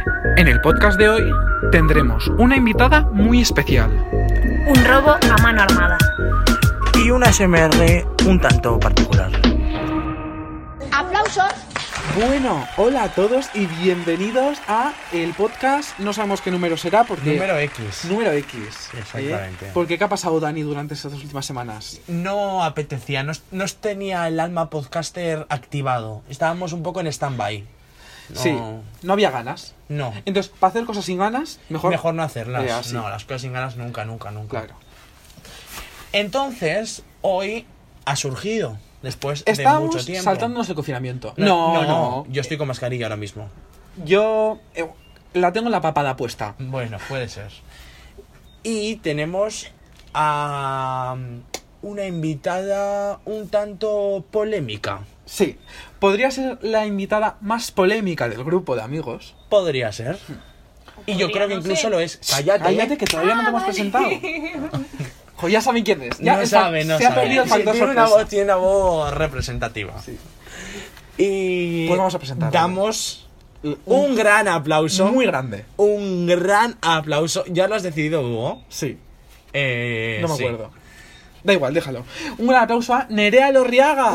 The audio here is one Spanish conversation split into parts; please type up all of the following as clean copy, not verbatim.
En el podcast de hoy tendremos una invitada muy especial. Un robo a mano armada. Y una SMR un tanto particular. ¡Aplausos! Bueno, hola a todos y bienvenidos a el podcast. No sabemos qué número será porque... Número X. Número X. Exactamente. Porque ¿qué ha pasado, Dani, durante estas últimas semanas? No apetecía, no tenía el alma podcaster activado. Estábamos un poco en stand-by. Sí, no había ganas. No. Entonces, para hacer cosas sin ganas, mejor no hacerlas. sí. No, las cosas sin ganas nunca. Claro. Entonces, hoy ha surgido, después de Estábamos mucho tiempo. saltándonos el confinamiento. No. Yo estoy con mascarilla ahora mismo. Yo la tengo en la papada puesta. Bueno, puede ser. Y tenemos a una invitada un tanto polémica. Sí, podría ser la invitada más polémica del grupo de amigos. Podría ser. Y yo creo que incluso lo es. Cállate, que todavía no te hemos presentado. Jo, ya saben quién es. Ya No sabe. Se ha perdido el factor sorpresa. Tiene una voz representativa. Sí. Y Pues vamos a presentarla. damos un gran aplauso. Muy grande. Un gran aplauso. ¿Ya lo has decidido, Hugo? Sí, no me sí. acuerdo. Da igual, déjalo. Un gran aplauso a Nerea Lorriaga.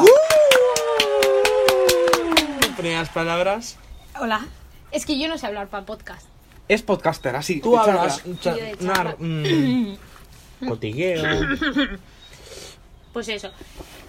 Primeras palabras. Hola. Es que yo no sé hablar para podcast. Es podcaster, así. Tú de hablas. charla. de charla. Cotigueo. Pues eso.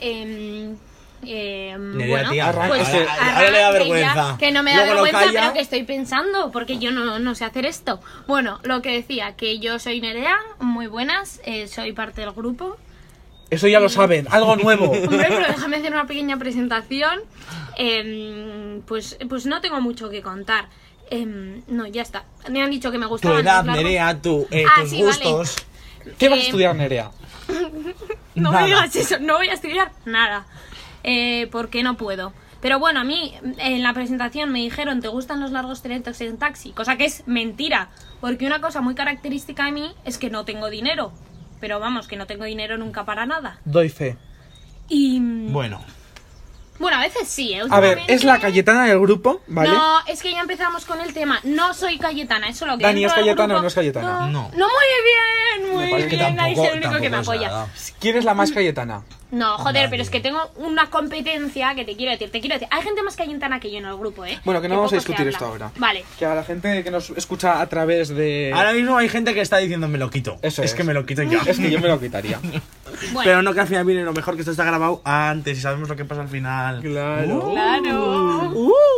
Nerea, Bueno, tía, pues ahora le da arranque vergüenza. ya, que no me da Luego lo vergüenza, calla. pero que estoy pensando, porque yo no sé hacer esto. Bueno, lo que decía, que yo soy Nerea, muy buenas, soy parte del grupo. Eso ya lo saben, algo nuevo. Hombre, pero déjame hacer una pequeña presentación. Pues no tengo mucho que contar. No, ya está. Me han dicho que me Tu gustaban edad, los largos. Nerea, tus sí, gustos. ¿Qué vas a estudiar, Nerea? No Nada. me digas eso, no voy a estudiar nada. Porque no puedo. Pero bueno, a mí en la presentación me dijeron, ¿te gustan los largos trayectos en taxi? Cosa que es mentira. Porque una cosa muy característica de mí es que no tengo dinero. Pero vamos, que no tengo dinero nunca para nada. Doy fe. Y... Bueno, Bueno, a veces sí, ¿eh? A ver, Últimamente- es la Cayetana del grupo, ¿vale? No, es que ya empezamos con el tema. No soy Cayetana, eso lo que Dani, dentro ¿es del Cayetana grupo- o no es Cayetana? No. No, muy bien, muy Me parece que bien. Dani es el único tampoco que me es apoya. nada. ¿Quién es la más Cayetana? No, joder, Nadie. pero es que tengo una competencia que te quiero decir. Hay gente más cayetana que yo en el grupo, ¿eh? Bueno, que no vamos a poco se discutir habla. esto ahora. Vale. Que a la gente que nos escucha a través de... ahora mismo hay gente que está diciendo me lo quito. Eso es es. que me lo quito yo. Es que yo me lo quitaría. Bueno, Pero no, que al final viene lo mejor, que esto está grabado antes y sabemos lo que pasa al final. Claro. claro.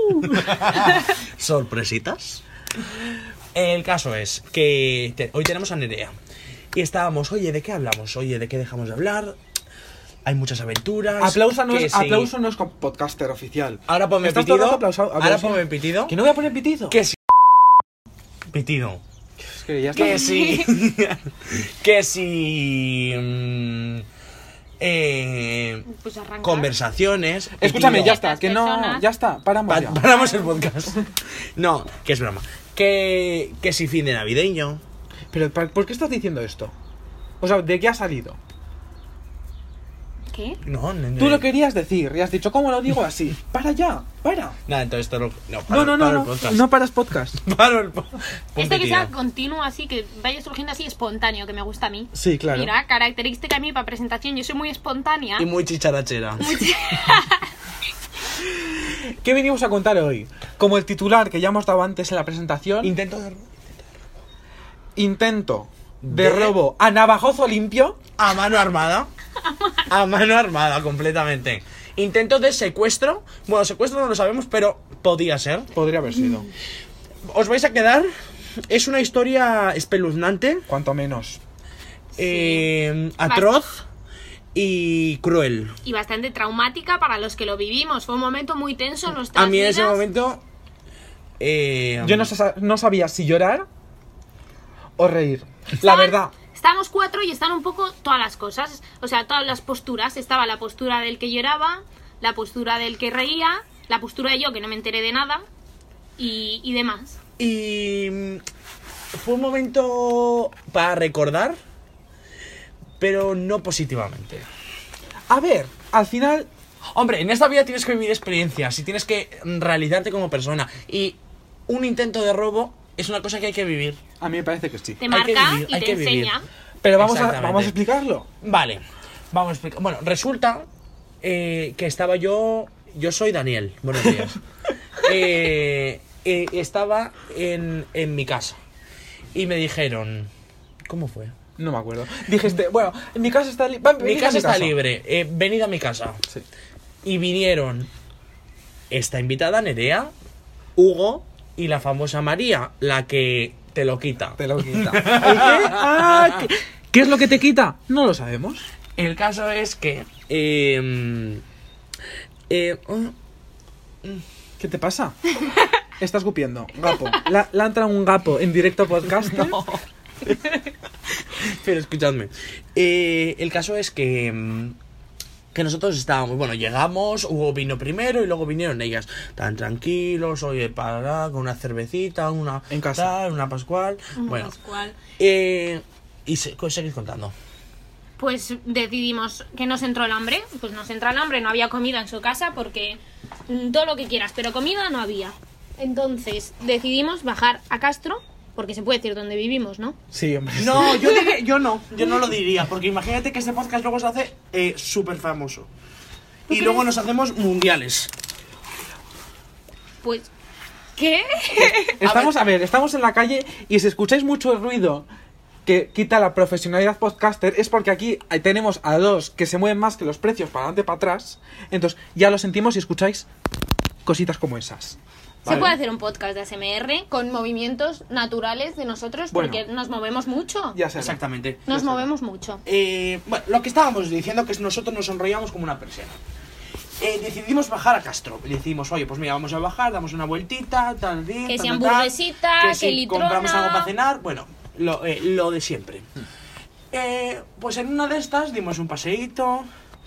Sorpresitas. El caso es que hoy tenemos a Nerea. Y estábamos, oye, ¿de qué hablamos? Oye, ¿de qué dejamos de hablar? Hay muchas aventuras. Aplauso no que es, sí. aplauso no es con podcaster oficial. Ahora ponme Estás todo el pitido. rato aplauso- Ahora aplauso. ponme pitido. ¿Que no voy a poner pitido? Que sí. Pitido. Es que ya está. Que sí. Que sí. Pues arranca. Conversaciones. Escúchame, pitido. ya está, que no... Personas. Ya está, paramos ya. Paramos el podcast. No, que es broma. Que si fin de navideño. Pero, ¿por qué estás diciendo esto? O sea, ¿de qué ha salido? ¿Qué? No, Tú lo querías decir y has dicho, ¿cómo lo digo así? ¡Para ya! ¡Para! Nada, entonces esto lo. No, No, el podcast. no paras podcast. Paro el Esto que sea continuo así, que vaya surgiendo así espontáneo, que me gusta a mí. Sí, claro. Mira, característica de mí para presentación, yo soy muy espontánea. Y muy chicharachera. ¿Qué venimos a contar hoy? Como el titular que ya hemos dado antes en la presentación, Intento intento de de- robo a navajozo limpio. a mano armada. A mano armada, completamente. Intento de secuestro. Bueno, secuestro no lo sabemos, pero podía ser. Podría haber sido. Os vais a quedar. Es una historia espeluznante, Cuanto menos. atroz y cruel. Y bastante traumática para los que lo vivimos. Fue un momento muy tenso en nuestras A mí en ese vidas. momento. Yo no sabía si llorar o reír. La verdad. Estábamos 4 y están un poco todas las cosas. O sea, todas las posturas. Estaba la postura del que lloraba, la postura del que reía, la postura de yo que no me enteré de nada y demás. Y fue un momento para recordar, pero no positivamente. A ver, al final... Hombre, en esta vida tienes que vivir experiencias y tienes que realizarte como persona. Y un intento de robo es una cosa que hay que vivir. A mí me parece que sí. Te Hay que marca vivir, y hay te que vivir. enseña. Pero vamos a Exactamente. explicarlo. Vale, vamos a explicar. Bueno, resulta que estaba yo soy Daniel, buenos días. Estaba en mi casa y me dijeron, ¿cómo fue? No me acuerdo. Dijiste, bueno, mi casa está Mi casa está libre, venid a mi casa. Sí. Y vinieron esta invitada, Nerea, Hugo y la famosa María, la que te lo quita. Te lo quita. ¿El qué? Ah, ¿qué es lo que te quita? No lo sabemos. El caso es que... ¿Qué te pasa? Estás escupiendo. Gapo. La entra un gapo en directo podcast. No. Pero escuchadme. El caso es que nosotros estábamos, bueno, llegamos, Hugo vino primero y luego vinieron ellas. Tan tranquilos, oye, para con una cervecita, una En casa. tal, una pascual. Bueno, Pascual. y seguís contando. Pues decidimos que nos entró el hambre. Pues nos entró el hambre, no había comida en su casa porque todo lo que quieras, pero comida no había. Entonces decidimos bajar a Castro, porque se puede decir dónde vivimos, ¿no? Sí, hombre. No, yo no lo diría, porque imagínate que este podcast luego se hace súper famoso. Y luego nos hacemos mundiales. Pues... ¿Qué? Estamos en la calle y si escucháis mucho ruido que quita la profesionalidad podcaster es porque aquí tenemos a dos que se mueven más que los precios para adelante y para atrás. Entonces ya lo sentimos y escucháis cositas como esas. Se puede hacer un podcast de ASMR con movimientos naturales de nosotros porque Bueno. nos movemos mucho. Ya sé. Exactamente. Nos movemos mucho. Bueno, lo que estábamos diciendo que nosotros nos enrollamos como una persiana. Decidimos bajar a Castro. Y decimos, oye, pues mira, vamos a bajar, damos una vueltita, tal, bien, Que tal, si tal, hamburguesita, tal, que si litrona. compramos algo para cenar, bueno, lo de siempre. Pues en una de estas dimos un paseíto,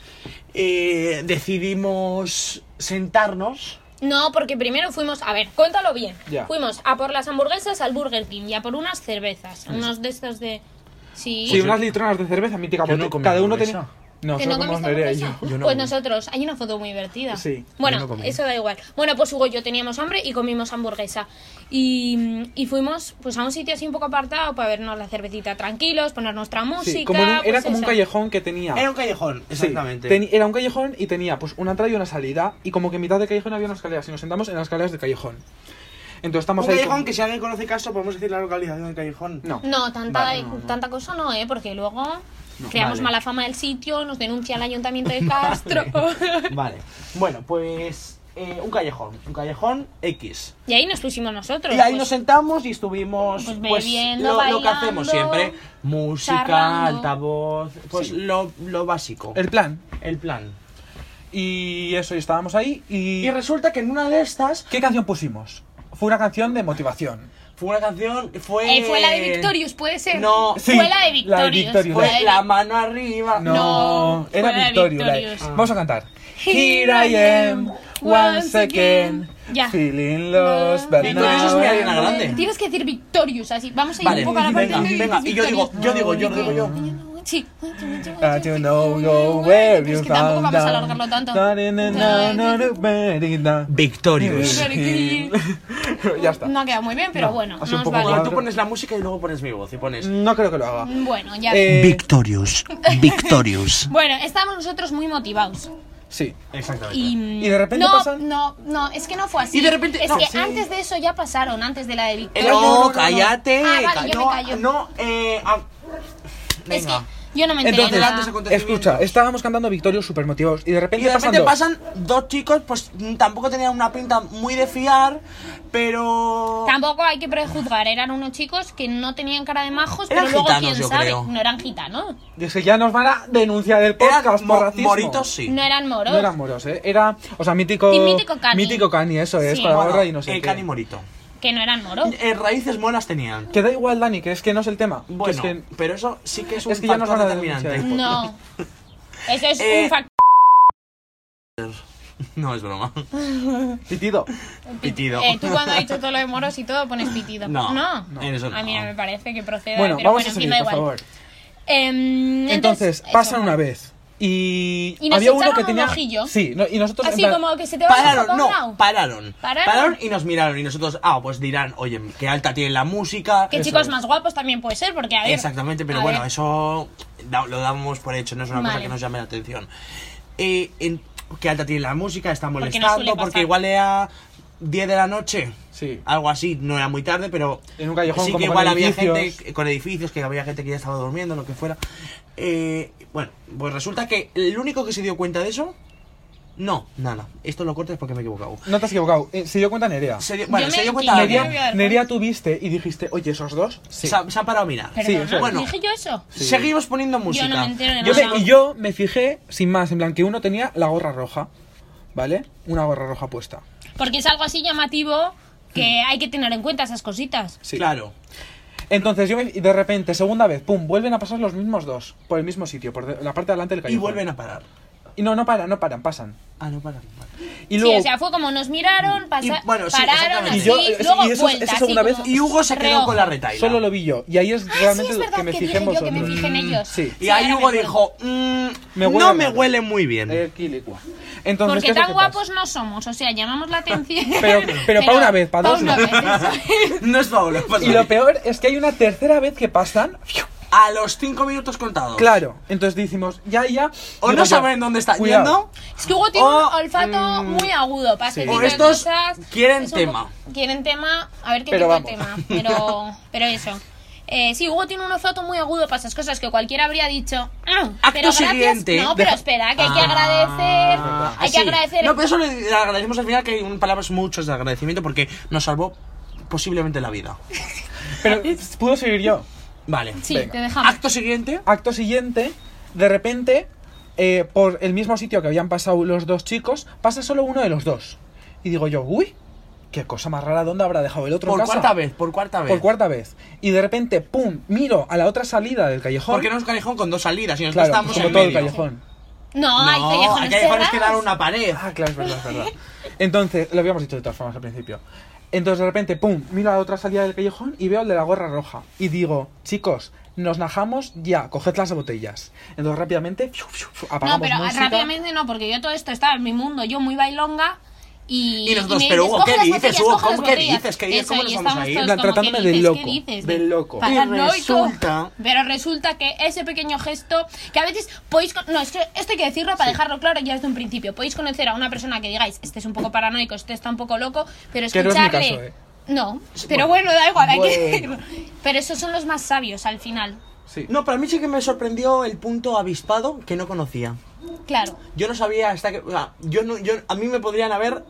decidimos sentarnos. No, porque primero fuimos... A ver, cuéntalo bien. Ya. Fuimos a por las hamburguesas al Burger King y a por unas cervezas. Unos de estos de... Sí. Sí, unas litronas de cerveza mítica. Yo no porque comí cada uno hamburguesa. tenía... No, ¿Que solo no comimos comiste Nerea y yo. hamburguesa? Yo no Pues comí. nosotros, hay una foto muy divertida. Sí, Bueno, yo no comí. eso da igual. Bueno, pues Hugo y yo teníamos hambre y comimos hamburguesa. Y fuimos pues a un sitio así un poco apartado para vernos la cervecita tranquilos, poner nuestra música. Sí, como era pues como un eso. callejón que tenía... Era un callejón, Sí, exactamente. era un callejón y tenía pues una entrada y una salida. Y como que en mitad del callejón había unas escaleras. Y nos sentamos en las escaleras del callejón. Entonces estamos Un ahí... callejón que si alguien conoce Castro, podemos decir la localización del callejón. No. No, Vale, tanta cosa no, porque luego creamos vale. mala fama del sitio, nos denuncia el ayuntamiento de Castro. Vale. Bueno, pues un callejón X. Y ahí nos pusimos nosotros. Y ahí pues, nos sentamos y estuvimos pues pues, bebiendo, lo que hacemos bailando, siempre. Música, charlando. altavoz, pues Sí. lo básico. El plan. El plan. Y eso, y estábamos ahí y... Y resulta que en una de estas ¿Qué canción pusimos? Fue una canción de motivación. fue una canción, fue la de Victorious, ¿puede ser. No, Sí, fue la de la de Victorious. Victorious. fue fue la mano arriba. No, fue era la de Victorious. Victorious. Vamos a cantar. Here I am, once again, Ya. feeling lost, but Victorious now es muy I'm- Ariana Grande. Tienes que decir Victorious, así. Vamos a ir Vale, un poco a la parte venga, de venga. Y yo digo, Victorious. Sí. That you know where Pero es you que tampoco found vamos a out. alargarlo tanto. Victorious. Ya está. No ha quedado muy bien, pero No, bueno, así un nos poco vale. Bueno, tú pones la música y luego pones mi voz y pones No creo que lo haga. Bueno, ya Victorious. Victorious. Bueno, estábamos nosotros muy motivados. Sí. Exactamente. Y de repente no, pasan- No, es que no fue así. Y de repente- Es no, que sí. antes de eso ya pasaron, antes de la de Victoria. No, cállate. Ah, vale, yo me callo. No, Es que venga. yo no me enteré Entonces, nada. Antes acontecimientos. escucha, estábamos cantando Victorious súper motivados y de Y repente, de repente pasan dos. pasan dos chicos, pues tampoco tenían una pinta muy de fiar, pero... Tampoco hay que prejuzgar, eran unos chicos que no tenían cara de majos, Eran pero luego gitanos, quién yo sabe, creo. no eran gitanos, Dice, ya nos van a denunciar el Eran podcast por racismo. moritos, sí. no eran moros. No eran moros, Era, o sea, mítico... Sí, mítico Cani. Mítico Cani, eso es, Sí. con la Bueno, gorra y no sé el qué. Cani morito. Que no eran moros. Raíces monas tenían. Que da igual, Dani, que es que no es el tema. Que Bueno, es que... pero eso sí que es un Es que ya nos factor van a determinante. denunciar. No. Eso es Eh, un factor. No, es broma. Pitido. Pitido. Tú cuando has dicho todo lo de moros y todo pones pitido. No, No. en eso no. A mí no me parece que proceda. Bueno, pero vamos bueno, a en fin, seguir, da por igual. favor. Entonces, Entonces, eso. pasan una vez. Y Y nos había uno echaron que un tenía... ojillo. Sí, y nosotros... en Así plan- como que se te va a un Pararon ¿Pararon? y nos miraron y nosotros, pues dirán, oye, qué alta tiene la música. Que Eso chicos es. más guapos también puede ser, porque a ver... Exactamente, pero a bueno, ver. eso lo damos por hecho, no es una cosa Vale. que nos llame la atención. Qué alta tiene la música, está Porque no molestando, suele porque pasar. igual era 10 de la noche. Sí. Algo así, no era muy tarde, pero En un callejón sí como que con igual había edificios. gente con edificios, que había gente que ya estaba durmiendo, lo que fuera. Bueno, pues resulta que el único que se dio cuenta de eso, no, nada, esto lo cortes porque me he equivocado. No te has equivocado. Se dio cuenta Nerea. Se dio me cuenta equivoqué. alguien. Nerea- Nerea tuviste y dijiste, oye, ¿esos dos? Sí. Se han parado a mirar. Perdona, Sí, eso es. Bueno. ¿dije yo eso? Sí. Seguimos poniendo música. Yo no me entero de Yo nada. y yo me fijé, sin más, en plan que uno tenía la gorra roja, ¿vale? Una gorra roja puesta. Porque es algo así llamativo que hay que tener en cuenta esas cositas. Sí. Claro. Entonces y de repente, segunda vez, pum, vuelven a pasar los mismos dos, por el mismo sitio, por la parte de adelante del Y callejón. vuelven a parar. Y no paran, pasan. Ah, no paran. Y Sí, luego, o sea, fue como nos miraron, bueno, sí, pararon exactamente. así, Y yo- luego y eso- vuelta, esa así segunda vez- como Y Hugo se quedó reojo. con la retaila. solo lo vi yo. Y ahí es Sí, realmente es verdad que me fijé dije en yo vosotros. que me fijé en ellos. Sí. Y ahora ahí me Hugo acuerdo. dijo, Me huele no me raro. huele muy bien. Quilicua. Entonces, Porque ¿qué es lo tan que pasa? guapos no somos, o sea, llamamos la atención. Pero pa' una vez, pa' dos una no. vez, eso. No es Paola. Y lo peor es que hay una tercera vez que pasan. A los 5 minutos contados. Claro, entonces decimos, ya. O digo no yo, saben dónde están cuidado. yendo. Es que Hugo tiene O, un olfato muy agudo para este sí. tipo O de estos cosas. quieren Es un tema. Quieren tema, a ver qué Pero tipo vamos. de tema. Pero eso. Sí, Hugo tiene un olfato muy agudo para esas cosas que cualquiera habría dicho. Acto pero gracias, siguiente, no, pero deja- espera, que hay que agradecer. Hay que sí. agradecer. No, pero eso le agradecemos al final, que hay palabras muchas de agradecimiento porque nos salvó posiblemente la vida. Pero puedo seguir yo. Vale. Sí, venga. te dejamos. Acto siguiente. Acto siguiente, de repente, por el mismo sitio que habían pasado los dos chicos, pasa solo uno de los dos. Y digo yo, uy, qué cosa más rara, ¿dónde habrá dejado el otro Por en casa? cuarta vez. Por cuarta vez. Y de repente, pum, miro a la otra salida del callejón. Porque no es un callejón con 2 salidas y nosotros Claro, estamos como en todo medio. el callejón. No, hay callejones hay callejones que dan cerrados. una pared. Ah, claro, es verdad. Entonces, lo habíamos dicho de todas formas al principio. Entonces, de repente, pum, miro a la otra salida del callejón y veo el de la gorra roja. Y digo, chicos, nos najamos ya, coged las botellas. Entonces, rápidamente, apagamos No, pero música. rápidamente no, porque yo todo esto estaba en mi mundo, yo muy bailonga. Y nosotros, me pero dices, Hugo, "Coge ¿qué las dices, botellas, Hugo? coge las ¿Cómo que botellas". dices? ¿Qué dices? Eso, ¿Cómo y nos vamos estamos a ir? todos En plan, como, tratándome ¿qué de dices? loco, ¿Qué dices? de loco. Paranoico. Y Pero resulta que ese pequeño gesto, que a veces podéis... No, es que esto hay que decirlo para dejarlo claro ya desde un principio. Podéis conocer a una persona que digáis, este es un poco paranoico, este está un poco loco, pero Que no es mi escucharle... caso, ¿eh? No, pero bueno, da igual, hay que Bueno. decirlo. Pero esos son los más sabios al final. Sí. No, pero a mí sí que me sorprendió el punto avispado que no conocía. Claro. Yo no sabía hasta que... O sea, a mí me podrían haber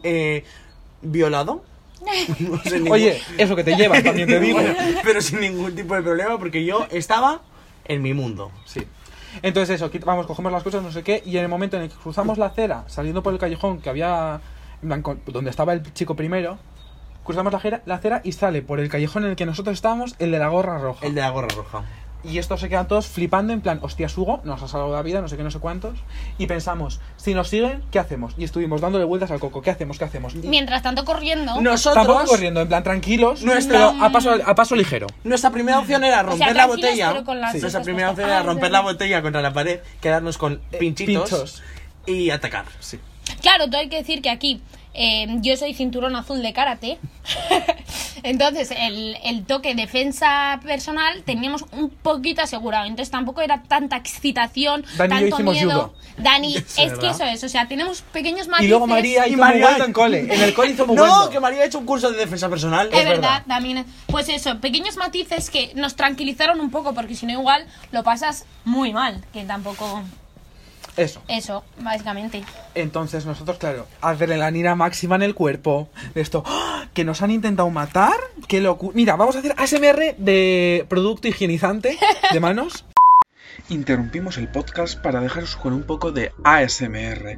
violado. No sé, Oye, eso que te llevas, también te digo. Bueno, pero sin ningún tipo de problema porque yo estaba en mi mundo. Sí. Entonces eso, vamos, cogemos las cosas, no sé qué, y en el momento en el que cruzamos la acera, saliendo por el callejón que había, en plan, donde estaba el chico primero, cruzamos la acera y sale por el callejón en el que nosotros estábamos el de la gorra roja. El de la gorra roja. Y estos se quedan todos flipando en plan, hostias, Hugo, nos ha salvado la vida, no sé qué, no sé cuántos. Y pensamos, si nos siguen, ¿qué hacemos? Y estuvimos dándole vueltas al coco, ¿qué hacemos? ¿Qué hacemos? Mientras tanto corriendo... Nosotros... Tampoco corriendo, en plan, tranquilos, Nuestra- pero a paso ligero. Nuestra primera opción era O sea, romper la tranquilos, botella. pero con las Nuestra cosas primera puestas. opción era Ah, romper es la verdad. botella contra la pared, quedarnos con pinchitos, pinchos. y atacar. Sí. Claro, todo hay que decir que aquí yo soy cinturón azul de karate. Entonces, el toque defensa personal teníamos un poquito asegurado. Entonces, tampoco era tanta excitación, Dani y yo tanto hicimos miedo. judo. Dani, Es es verdad. que eso es. O sea, tenemos pequeños matices. Y luego María hizo muy bueno en cole. En el cole hizo muy No, bueno. que María ha hecho un curso de defensa personal. Es verdad. verdad, también. Pues eso, pequeños matices que nos tranquilizaron un poco, porque si no, igual lo pasas muy mal. Que tampoco. Eso. Eso, básicamente. Entonces nosotros, claro, adrenalina máxima en el cuerpo. De esto, ¡ah! Que nos han intentado matar. ¡Qué locura! Mira, vamos a hacer ASMR de producto higienizante de manos. Interrumpimos el podcast para dejaros con un poco de ASMR.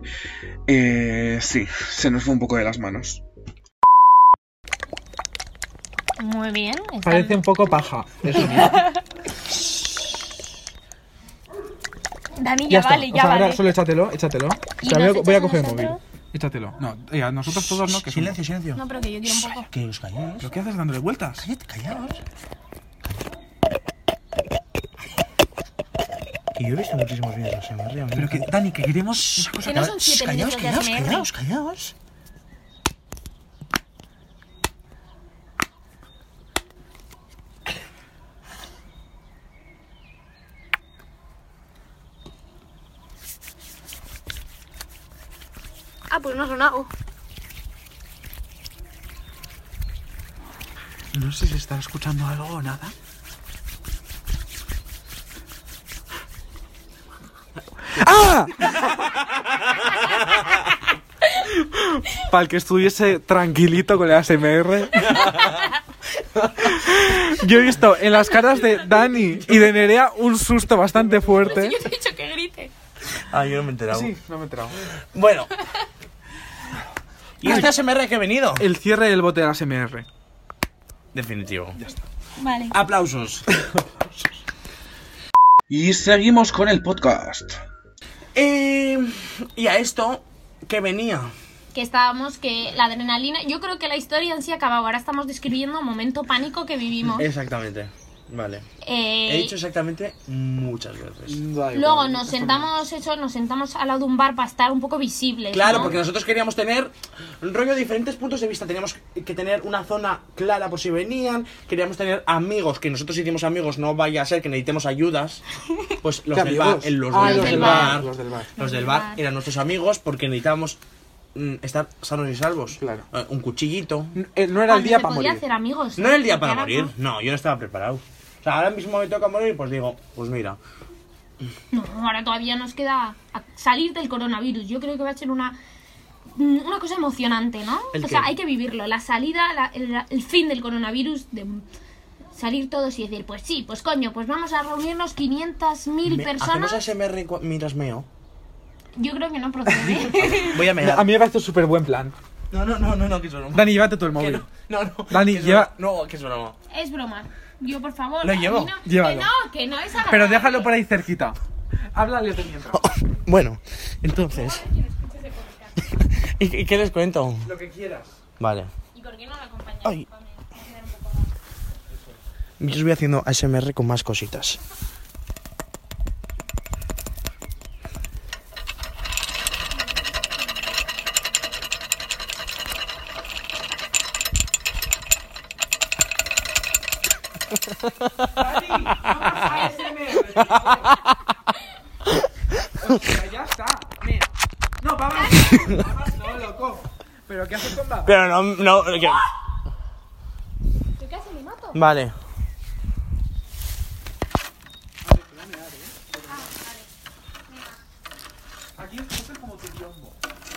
Sí, se nos fue un poco de las manos. Muy bien. están- Parece un poco paja. Eso, Dani, ya ya está. vale, O ya sea, vale. ahora solo échatelo. ¿Y Espera, nos voy a echas coger el a móvil. nosotros? Échatelo. No, a nosotros todos no. Que Silencio, silencio. No, pero que yo quiero un poco. Que os calléis. ¿Pero qué haces dándole vueltas? Cállate, callaos. Que yo he visto muchísimos vídeos de ASMR. Pero que, Dani, que queremos... Que no son 7 minutos de ASMR. Callaos. Ah, pues no ha sonado. No sé si está escuchando algo o nada. ¡Ah! Para el que estuviese tranquilito con el ASMR. Yo he visto en las caras de Dani y de Nerea un susto bastante fuerte. Yo te he dicho que grite. Ah, yo no me he enterado. Sí, no me he enterado. Bueno. ¿Y este ASMR que he venido? El cierre del bote del ASMR. Definitivo. Ya está. Vale. Aplausos. Y seguimos con el podcast. Y a esto, ¿qué venía? Que estábamos, que la adrenalina... Yo creo que la historia en sí acababa. Ahora estamos describiendo un momento pánico que vivimos. Exactamente. Vale. He dicho exactamente muchas veces. Luego nos sentamos al lado de un bar para estar un poco visibles. Claro, ¿no? porque nosotros queríamos tener un rollo de diferentes puntos de vista. Teníamos que tener una zona clara por si venían. Queríamos tener amigos, que nosotros hicimos amigos, no vaya a ser que necesitemos ayudas. Pues los ¿Qué del bar, amigos? los del bar. Los del bar. Eran nuestros amigos porque necesitábamos estar sanos y salvos. Claro. Un cuchillito. No era el Cuando día se para podía morir. hacer amigos. No era el día para Ahora morir. No, yo no estaba preparado. O sea, ahora mismo me toca morir, pues digo, pues mira. No, ahora todavía nos queda salir del coronavirus. Yo creo que va a ser una cosa emocionante, ¿no? ¿El O qué? sea, hay que vivirlo. La salida, el fin del coronavirus, de salir todos y decir, pues sí, pues coño, pues vamos a reunirnos 500.000 personas. ¿Hacemos ASMR mientras meo? Yo creo que no procede. Voy a mear. A mí me parece un súper buen plan. No, que es broma. Dani, llévate tú el Que móvil. no. Dani, que es lleva- broma. No, que es broma. Es broma. Yo, por favor. Lo a mí llevo. no, Llévalo. Que no es agradable. Pero déjalo por ahí cerquita. Háblales de mientras. Bueno, entonces. ¿Y qué les cuento? Lo que quieras. Vale. ¿Y por qué no la acompañas? Ay. Pame? Va a quedar un poco más. Yo os voy haciendo ASMR con más cositas. Dani, no más ASMR. Hostia, ya está. Mira. No, vamos. No, loco. ¿Pero qué haces con Babas? Pero no. ¿Yo qué hace mi mato? Vale. Aquí es como tu biombo.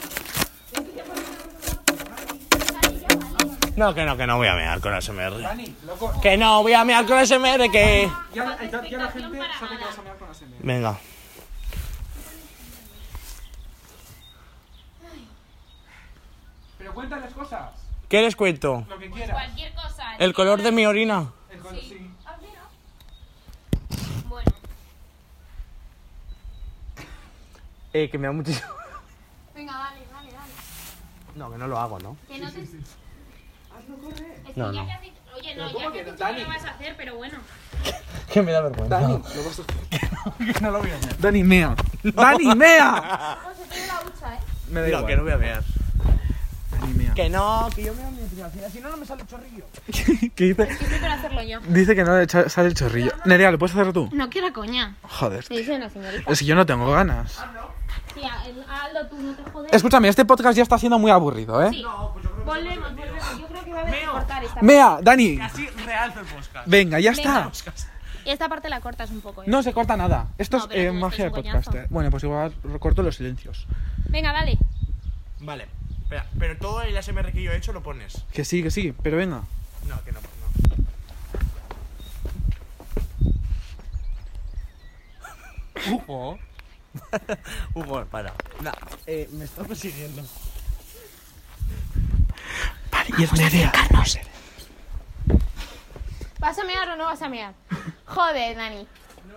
No, que no voy a mear con ASMR. Dani, loco. Que no voy a mear con ASMR, que. Ya la gente sabe que vas a mirar con ASMR. Venga. Pero cuéntales cosas. ¿Qué les cuento? Lo que quieras. Cualquier cosa. El color de mi orina. Sí. Ah, mira. Bueno. Que me da muchísimo. Venga, dale. No, que no lo hago, ¿no? Que no te... Hazlo correr. Es que No, ya no. que has dicho... Oye, Pero no, ¿cómo ya que que has no, dicho Dani? que lo vas a hacer, pero bueno. Que me da vergüenza. Dani, lo vas a hacer. que no lo voy a hacer. Dani, mea. ¡Dani, mea! Pues se tiene la hucha, ¿eh? Me da No, igual. que no voy a mear. Dani, mea. Que no, que yo meo mi privacidad. Si no, no me sale el chorrillo. ¿Qué dice? Es que estoy para hacerlo yo. Dice que no le sale el chorrillo. Nerea, ¿lo puedes hacer tú? No quiero coña. Joder. Le dice la señorita. Es que yo no tengo ganas. Sí, hazlo tú, no te jodes. Escúchame, este podcast ya está siendo muy aburrido, ¿eh? Sí. Volvemos. Yo creo que va a haber que cortar esta Mea, Dani. Así realzo el podcast. Venga, ya Venga. está. Y esta parte la cortas un poco, ¿eh? No se corta nada. Esto No, pero es tú magia de estás un coñazo. podcaster. Bueno, pues igual recorto los silencios. Venga, dale. Vale. Espera, pero todo el ASMR que yo he hecho lo pones. Que sí, pero venga. No, que no. Hugo. Hugo, para. No, me está persiguiendo. Vale, y es Nerea. ¿Vas a mear o no vas a mear? Joder, Dani.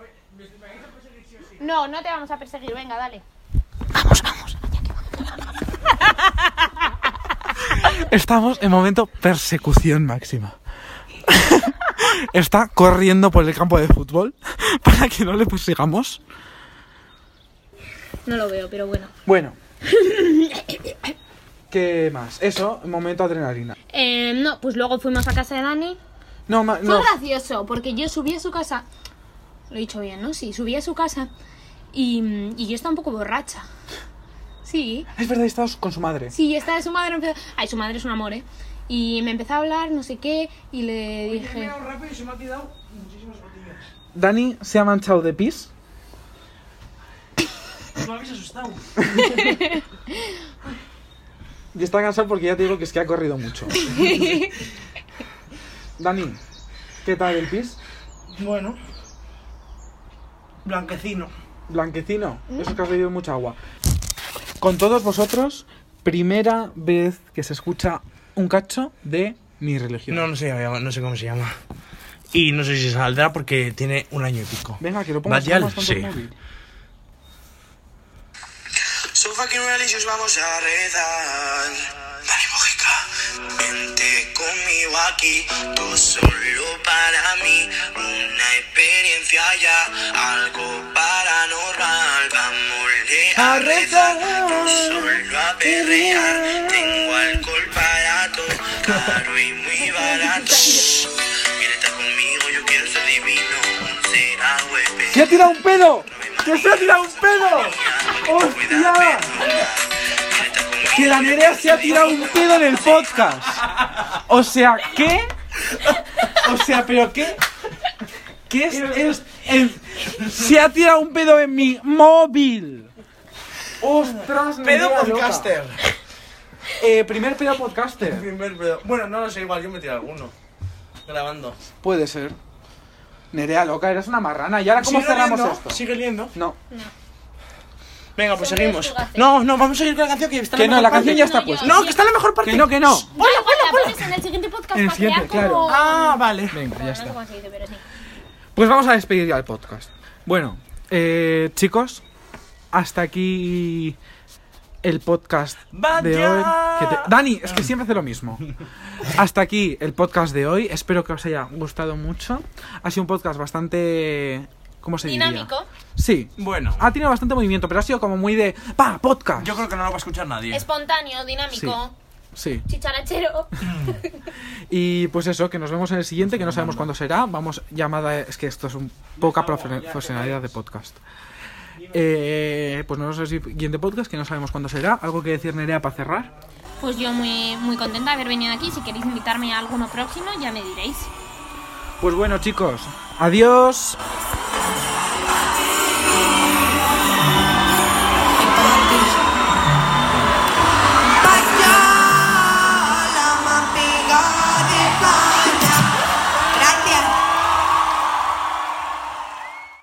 No, no te vamos a perseguir. Venga, dale. Estamos en momento persecución máxima. está corriendo por el campo de fútbol para que no le persigamos. No lo veo, pero bueno. Bueno. ¿Qué más? Eso, momento adrenalina. No, pues luego fuimos a casa de Dani. No, Fue no. gracioso, porque yo subí a su casa. Lo he dicho bien, ¿no? Sí, subí a su casa y yo estaba un poco borracha. Sí. Es verdad, estabas con su madre. Sí, estaba su madre. Ay, su madre es un amor, ¿eh? Y me empezó a hablar, no sé qué, y le dije. rápido y se me ha quedado muchísimas botellas. Dani se ha manchado de pis. Me habéis asustado. Y está cansado porque ya te digo que es que ha corrido mucho. Dani, ¿qué tal el pis? Bueno. Blanquecino. Blanquecino, eso que has bebido mucha agua. Con todos vosotros, primera vez que se escucha un cacho de Mi Religión. No sé cómo se llama. Y no sé si saldrá porque tiene 1 año y pico. Venga, que lo pongas Batial, más tanto sí. el móvil. So fucking religious, vamos a rezar. Dani Mojica, vente conmigo aquí. Tú solo para mí. Una experiencia ya, algo paranormal. Vamos a rezar. Tú solo a perrear. Tengo alcohol barato, caro y muy barato. Quiere estar conmigo, yo quiero ser divino. Será huésped. ¡Se ha tirado un pedo! ¡Que se ha tirado un pedo! ¡Hostia! Que la Nerea se ha tirado un pedo en el podcast. O sea, ¿qué? O sea, ¿pero qué? ¿Qué es? Se ha tirado un pedo en mi móvil. ¡Ostras, Pedo Nerea loca! podcaster. Primer pedo podcaster. Primer pedo. Bueno, no lo sé, igual yo me tiro alguno. Grabando. Puede ser. Nerea loca, eres una marrana. ¿Y ahora cómo ¿Sigue cerramos oliendo? esto? ¿Sigue oliendo? No. Venga, pues Siempre seguimos. es tu gafe. No, vamos a seguir con la canción que está Que en no, mejor la canción parte. ya está No, puesta. yo- No, que está en la mejor parte. Que no, que no. Bueno, pues la pones en el siguiente podcast En el para siguiente, crear como... claro. Ah, vale. Venga, ya No está. sé cómo se dice, pero sí. Pues vamos a despedir ya el podcast. Bueno, chicos, hasta aquí el podcast de hoy. Dani, es que siempre hace lo mismo. Hasta aquí el podcast de hoy. Espero que os haya gustado mucho. Ha sido un podcast bastante... ¿Cómo se diría? Dinámico. Sí. Bueno, Ha tenido bastante movimiento, pero ha sido como muy de... ¡Pa! ¡Podcast! yo creo que no lo va a escuchar nadie. Espontáneo, dinámico, Sí. chicharachero. Y pues eso, que nos vemos en el siguiente, que no sabemos cuándo será. Vamos, llamada... Es que esto es un poca profesionalidad de podcast. Pues nos vemos en el siguiente podcast, que no sabemos cuándo será. ¿Algo que decir, Nerea, para cerrar? Pues yo muy, muy contenta de haber venido aquí. Si queréis invitarme a alguno próximo, ya me diréis. Pues bueno, chicos, adiós.